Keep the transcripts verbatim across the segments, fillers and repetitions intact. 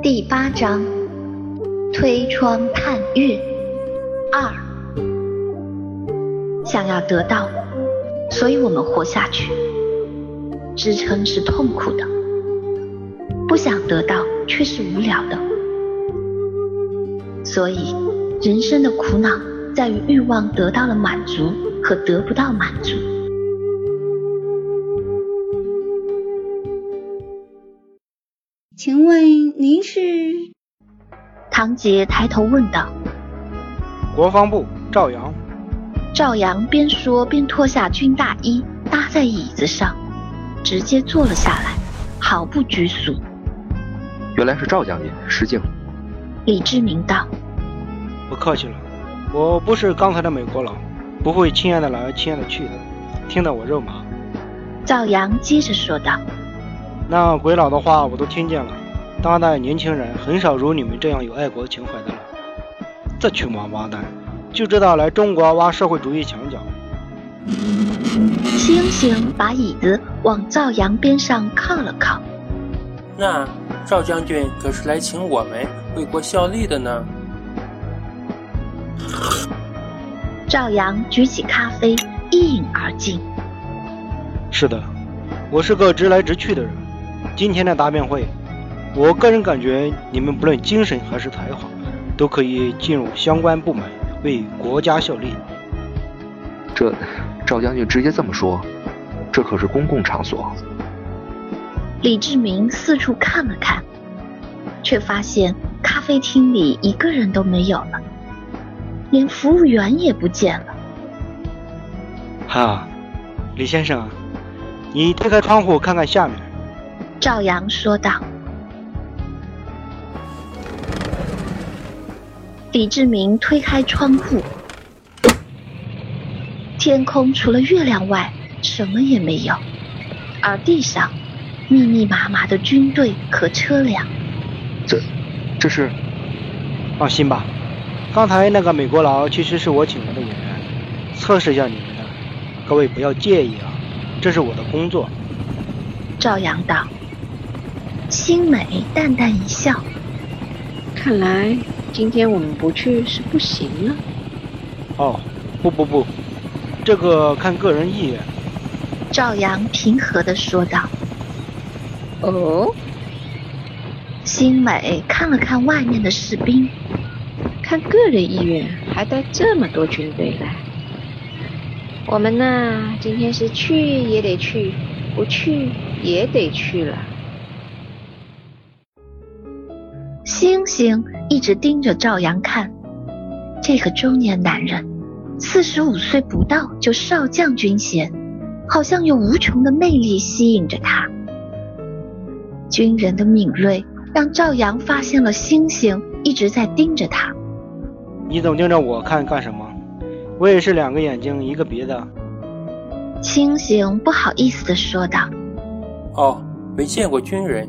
第八章，推窗探月二。想要得到，所以我们活下去。支撑是痛苦的，不想得到却是无聊的。所以，人生的苦恼在于欲望得到了满足和得不到满足。 请问您是？ 唐杰抬头问道。 国防部赵阳。 赵阳边说边脱下军大衣搭在椅子上，直接坐了下来，毫不拘束。 原来是赵将军，失敬。 李志明道。 不客气了，我不是刚才的美国佬，不会亲爱的来亲爱的去的，听得我肉麻。 赵阳接着说道。 那鬼佬的话我都听见了，当代年轻人很少如你们这样有爱国情怀的了。这群王八蛋就知道来中国挖社会主义墙角。 星星把椅子往赵阳边上靠了靠。 那赵将军可是来请我们为国效力的呢。 赵阳举起咖啡一饮而尽。 是的，我是个直来直去的人。今天的答辩会，我个人感觉你们不论精神还是才华，都可以进入相关部门为国家效力。 这赵将军直接这么说，这可是公共场所。 李志明四处看了看，却发现咖啡厅里一个人都没有了，连服务员也不见了。 哈，李先生，你推开窗户看看下面。 赵阳说道。李志明推开窗户，天空除了月亮外什么也没有，而地上密密麻麻的军队和车辆。 这这是？ 放心吧，刚才那个美国佬其实是我请来的演员，测试一下你们的，各位不要介意啊，这是我的工作。 赵阳道。新美淡淡一笑， 看来今天我们不去是不行了。 哦，不不不，这个看个人意愿。 赵阳平和地说道。 哦。 新美看了看外面的士兵， 看个人意愿还带这么多军队来。我们呢，今天是去也得去，不去也得去了。 星星一直盯着赵阳看，这个中年男人四十五岁不到就少将军衔，好像有无穷的魅力吸引着他。军人的敏锐让赵阳发现了星星一直在盯着他。 你总盯着我看干什么？我也是两个眼睛一个鼻子。 星星不好意思地说道。 哦，没见过军人。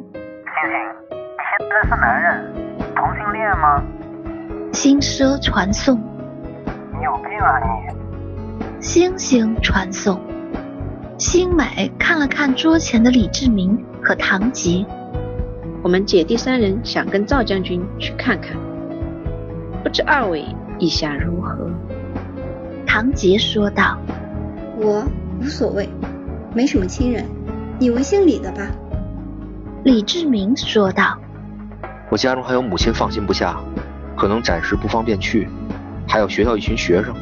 这是男人，同性恋吗？ 星奢传送。 你有病啊你！ 星星传送。星美看了看桌前的李志明和唐杰。 我们姐弟三人想跟赵将军去看看，不知二位意下如何？ 唐杰说道。 我无所谓，没什么亲人，你问姓李的吧。 李志明说道。 我家中还有母亲放心不下，可能暂时不方便去，还有学校一群学生。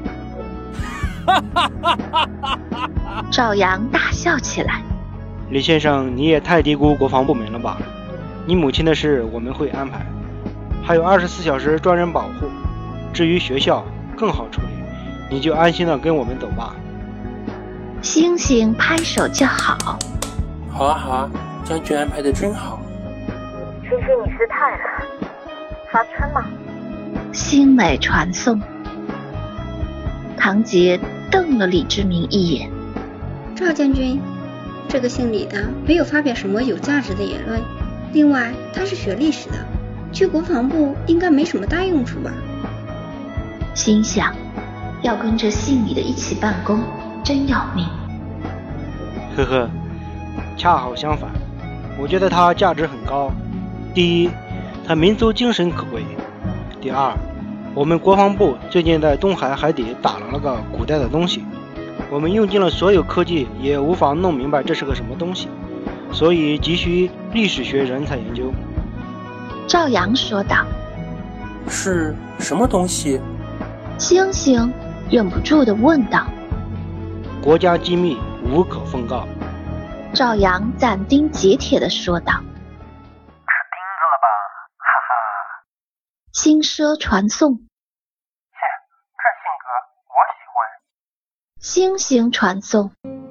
赵阳大笑起来。 李先生，你也太低估国防部门了吧？你母亲的事我们会安排，还有二十四小时专人保护。至于学校更好处理，你就安心的跟我们走吧。 星星拍手叫好。 好啊好啊，将军安排的真好。 星星你失态了，发春吗？ 星美传送。唐杰瞪了李志明一眼。 赵将军，这个姓李的没有发表什么有价值的言论，另外他是学历史的，去国防部应该没什么大用处吧。 心想，要跟着姓李的一起办公真要命。 呵呵，恰好相反，我觉得他价值很高， 第一，它民族精神可贵；第二，我们国防部最近在东海海底打了那个古代的东西，我们用尽了所有科技，也无法弄明白这是个什么东西，所以急需历史学人才研究。 赵阳说道。 是什么东西？ 星星忍不住地问道。 国家机密，无可奉告。 赵阳斩钉截铁地说道。 吃钉子了吧，哈哈。 轻奢传送。 切，这性格我喜欢。 星星传送。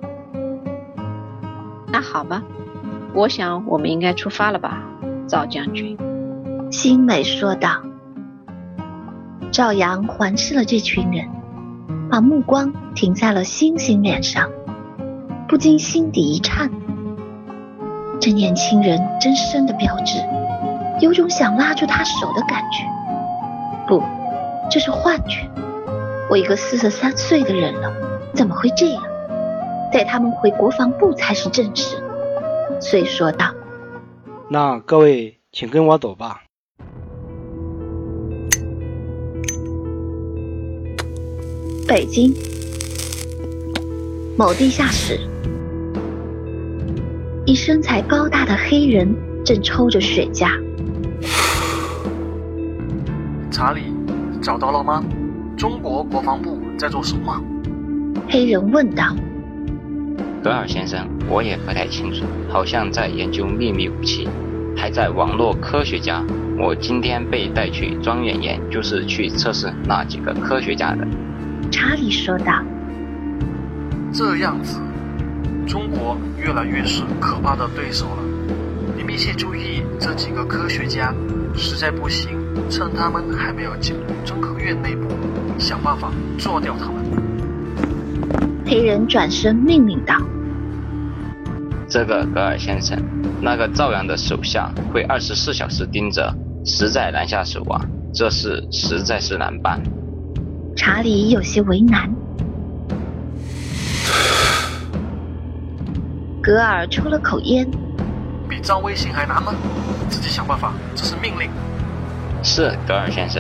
那好吧，我想我们应该出发了吧，赵将军。 新美说道。赵阳环视了这群人，把目光停在了星星脸上，不禁心底一颤。这年轻人真深的标致，有种想拉住他手的感觉。不，这是幻觉。我一个四十三岁的人了，怎么会这样？带他们回国防部才是正事。遂说道。 那各位请跟我走吧。 北京某地下室，一身材高大的黑人正抽着雪茄。 查理，找到了吗？中国国防部在做什么？ 黑人问道。 格尔先生，我也不太清楚，好像在研究秘密武器，还在网络科学家。我今天被带去庄园研，就是去测试那几个科学家的。 查理说道。 这样子，中国越来越是可怕的对手了。你密切注意这几个科学家，实在不行，趁他们还没有进入中科院内部，想办法做掉他们。 黑人转身命令道。 这个格尔先生，那个赵阳的手下会二十四小时盯着，实在难下手啊，这事实在是难办。 查理有些为难。格尔抽了口烟。 比张卫星还难吗？自己想办法，这是命令。 是，格尔先生。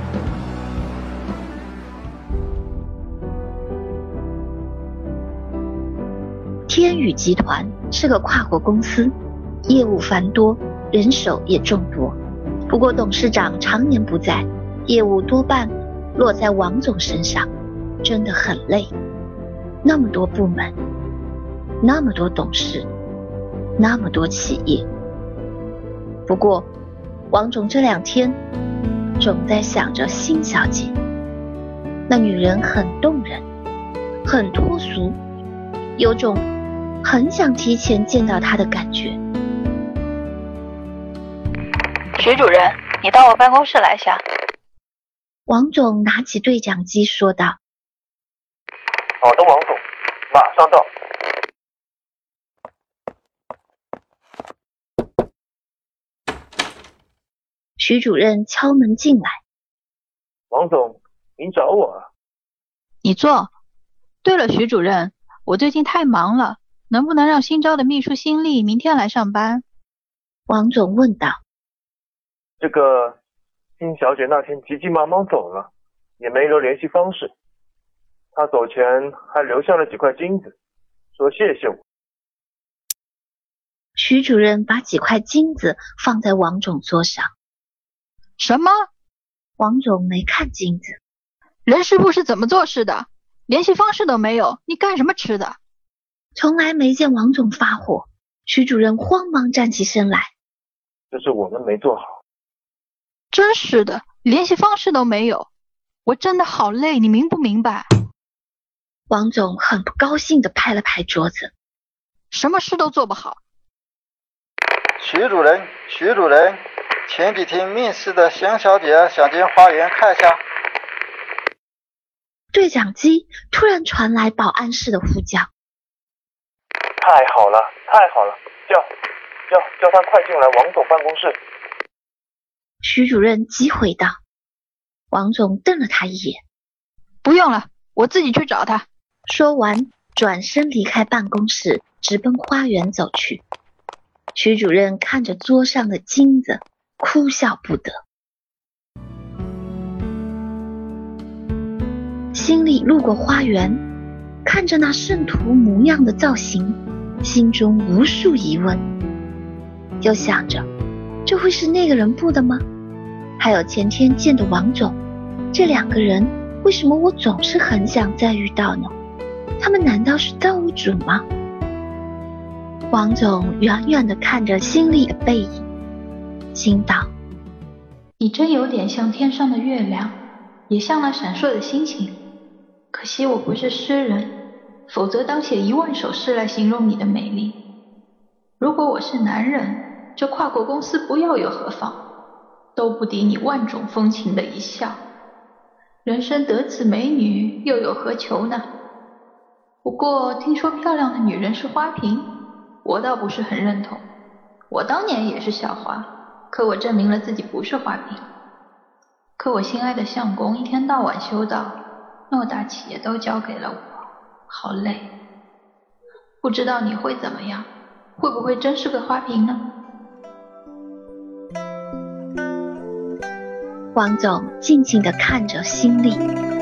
天宇集团是个跨国公司，业务繁多，人手也众多。不过董事长常年不在，业务多半落在王总身上，真的很累。那么多部门，那么多董事，那么多企业。不过王总这两天总在想着辛小姐，那女人很动人，很脱俗，有种很想提前见到她的感觉。 徐主任，你到我办公室来下。 王总拿起对讲机说道。 好的，王总，马上到。 徐主任敲门进来。 王总，您找我啊？ 你坐。对了，徐主任，我最近太忙了，能不能让新招的秘书辛丽明天来上班？ 王总问道。 这个辛小姐那天急急忙忙走了，也没留联系方式。她走前还留下了几块金子，说谢谢我。 徐主任把几块金子放在王总桌上。 什么？ 王总没看金子。 人事部是怎么做事的？联系方式都没有，你干什么吃的？ 从来没见王总发火。徐主任慌忙站起身来。 这是我们没做好。 真是的，联系方式都没有，我真的好累，你明不明白？ 王总很不高兴地拍了拍桌子。 什么事都做不好。 徐主任，徐主任，前几天面试的香小姐想进花园看一下。 对讲机突然传来保安室的呼叫。 太好了，太好了，叫叫叫他快进来王总办公室。 徐主任急回道。王总瞪了他一眼。 不用了，我自己去找他。 说完转身离开办公室，直奔花园走去。徐主任看着桌上的金子， 哭笑不得。心里路过花园，看着那圣徒模样的造型，心中无数疑问，又想着这会是那个人布的吗？还有前天见的王总，这两个人为什么我总是很想再遇到呢？他们难道是造物主吗？王总远远地看着心里的背影，心道： 你真有点像天上的月亮，也像那闪烁的星星。可惜我不是诗人，否则当写一万首诗来形容你的美丽。如果我是男人，这跨国公司不要有何妨，都不敌你万种风情的一笑。人生得此美女，又有何求呢？不过听说漂亮的女人是花瓶，我倒不是很认同。我当年也是小花，可我证明了自己不是花瓶。可我心爱的相公一天到晚修道，偌大企业都交给了我，好累。不知道你会怎么样，会不会真是个花瓶呢？ 王总静静地看着心里，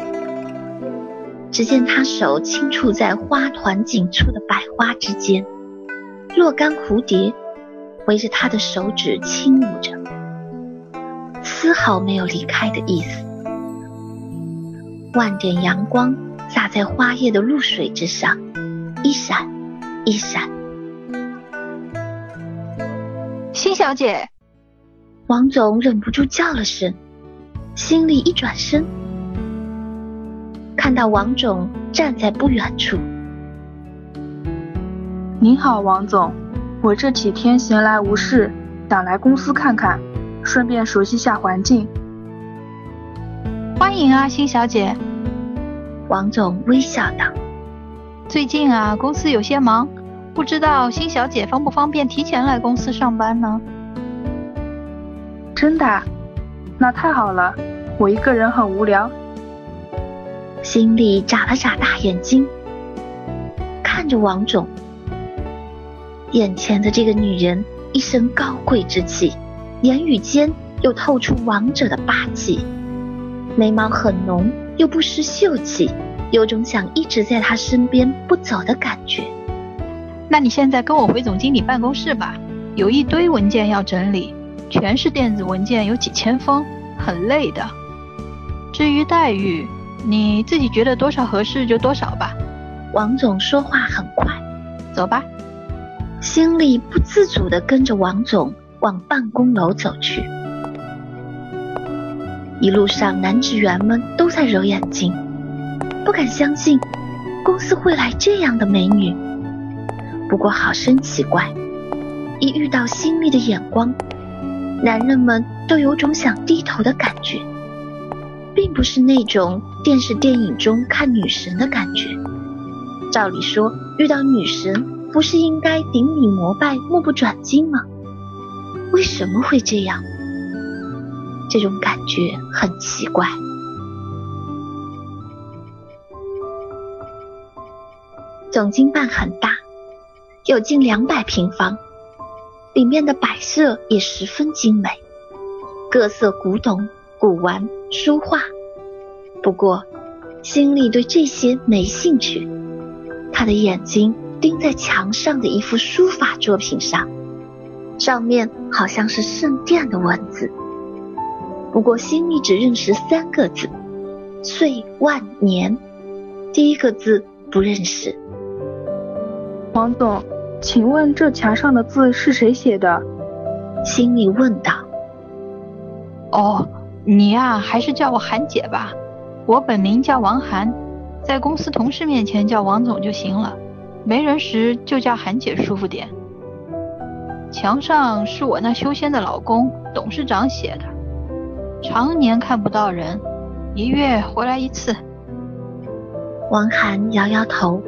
只见他手轻触在花团锦簇的百花之间，若干蝴蝶围着他的手指轻舞着，丝毫没有离开的意思。万点阳光洒在花叶的露水之上，一闪一闪。 辛小姐， 王总忍不住叫了声，心里一转身，看到王总站在不远处。 您好，王总，我这几天闲来无事，想来公司看看，顺便熟悉下环境。 欢迎啊，辛小姐。 王总微笑道： 最近啊，公司有些忙，不知道辛小姐方不方便提前来公司上班呢？ 真的？那太好了，我一个人很无聊。 心里眨了眨大眼睛，看着王总。眼前的这个女人一身高贵之气，言语间又透出王者的霸气，眉毛很浓又不失秀气，有种想一直在她身边不走的感觉。 那你现在跟我回总经理办公室吧，有一堆文件要整理，全是电子文件，有几千封，很累的。至于待遇，你自己觉得多少合适就多少吧。 王总说话很快， 走吧。 心里不自主地跟着王总往办公楼走去。一路上男职员们都在揉眼睛，不敢相信公司会来这样的美女。不过好生奇怪，一遇到心里的眼光，男人们都有种想低头的感觉，并不是那种电视电影中看女神的感觉。照理说，遇到女神不是应该顶礼膜拜，目不转睛吗？为什么会这样？这种感觉很奇怪。总经办很大，有近两百平方，里面的摆设也十分精美，各色古董、古玩、书画。不过心里对这些没兴趣，他的眼睛盯在墙上的一幅书法作品上，上面好像是圣殿的文字，不过心里只认识三个字：岁万年。第一个字不认识。 王总，请问这墙上的字是谁写的？ 心里问道。 哦，你呀、啊，还是叫我韩姐吧，我本名叫王涵，在公司同事面前叫王总就行了，没人时就叫韩姐舒服点。墙上是我那修仙的老公董事长写的，常年看不到人，一月回来一次。 王涵摇摇头。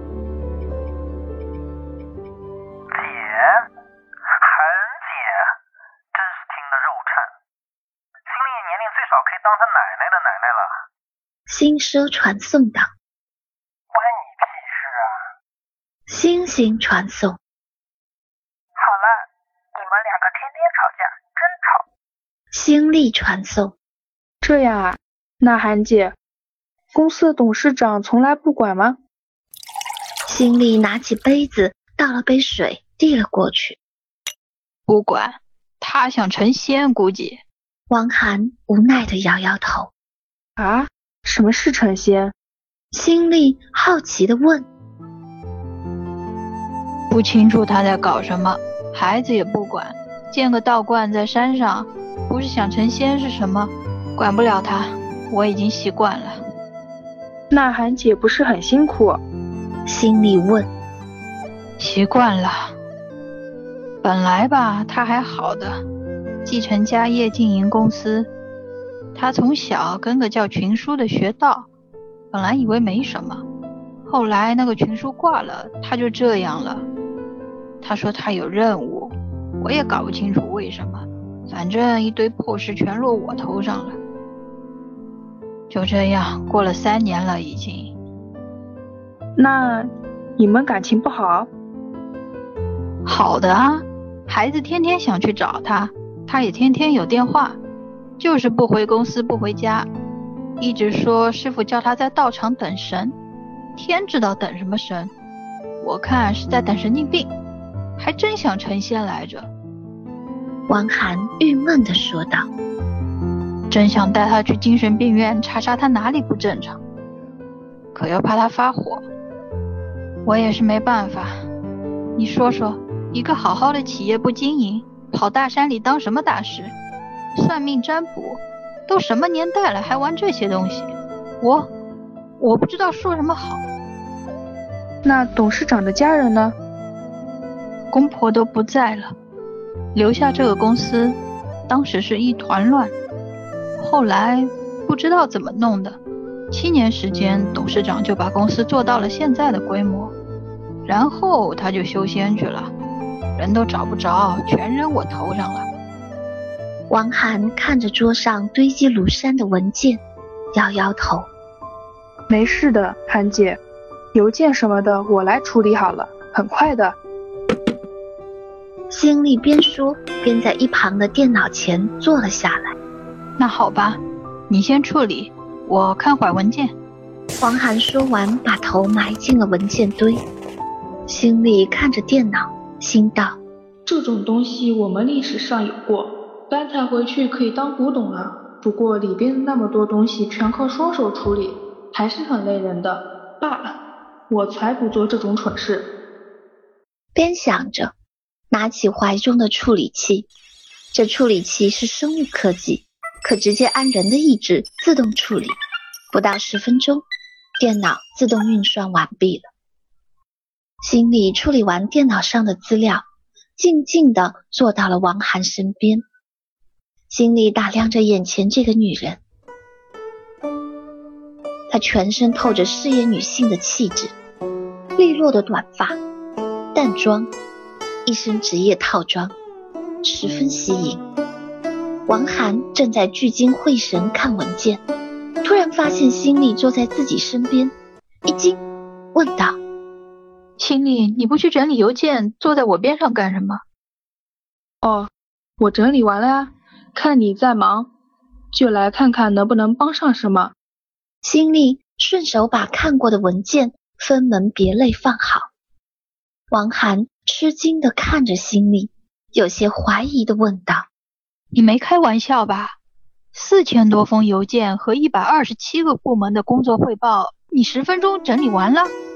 轻奢传送道： 关你屁事啊！ 星星传送。 好了，你们两个天天吵架，真吵。 心力传送。 这样啊，那韩姐，公司的董事长从来不管吗？ 心力拿起杯子倒了杯水递了过去。 不管，他想成仙估计。 汪涵无奈地摇摇头。 啊？什么是成仙？ 心力好奇地问。 不清楚他在搞什么，孩子也不管，建个道观在山上，不是想成仙是什么？管不了他，我已经习惯了。 那韩姐不是很辛苦？ 心里问。 习惯了。本来吧，他还好的，继承家业经营公司。他从小跟个叫群叔的学道，本来以为没什么，后来那个群叔挂了，他就这样了。他说他有任务，我也搞不清楚为什么，反正一堆破事全落我头上了。就这样过了三年了已经。 那你们感情不好？ 好的啊，孩子天天想去找他，他也天天有电话，就是不回公司不回家，一直说师傅叫他在道场等神，天知道等什么神，我看是在等神经病，还真想成仙来着。 汪涵郁闷地说道。 真想带他去精神病院查查他哪里不正常，可又怕他发火，我也是没办法。你说说，一个好好的企业不经营，跑大山里当什么大师？算命占卜，都什么年代了还玩这些东西？我我不知道说什么好。 那董事长的家人呢？ 公婆都不在了，留下这个公司，当时是一团乱。后来不知道怎么弄的，七年时间，董事长就把公司做到了现在的规模，然后他就修仙去了，人都找不着，全扔我头上了。 汪涵看着桌上堆积如山的文件，摇摇头。 没事的，韩姐，邮件什么的我来处理好了，很快的。 心里边说边在一旁的电脑前坐了下来。 那好吧，你先处理，我看会儿文件。 汪涵说完，把头埋进了文件堆。心里看着电脑，心道： 这种东西我们历史上有过，搬才回去可以当古董了。不过里边那么多东西全靠双手处理，还是很累人的。罢了，我才不做这种蠢事。 边想着，拿起怀中的处理器。这处理器是生物科技，可直接按人的意志自动处理，不到十分钟，电脑自动运算完毕了。心里处理完电脑上的资料，静静地坐到了汪涵身边，心里打量着眼前这个女人。她全身透着事业女性的气质，利落的短发，淡妆，一身职业套装，十分吸引。汪涵正在聚精会神看文件，突然发现心力坐在自己身边，一惊，问道： 心力，你不去整理邮件，坐在我边上干什么？ 哦，我整理完了呀，看你在忙，就来看看能不能帮上什么。 心力顺手把看过的文件分门别类放好。汪涵吃惊地看着心力，有些怀疑地问道： 你没开玩笑吧？四千多封邮件和一百二十七个部门的工作汇报，你十分钟整理完了？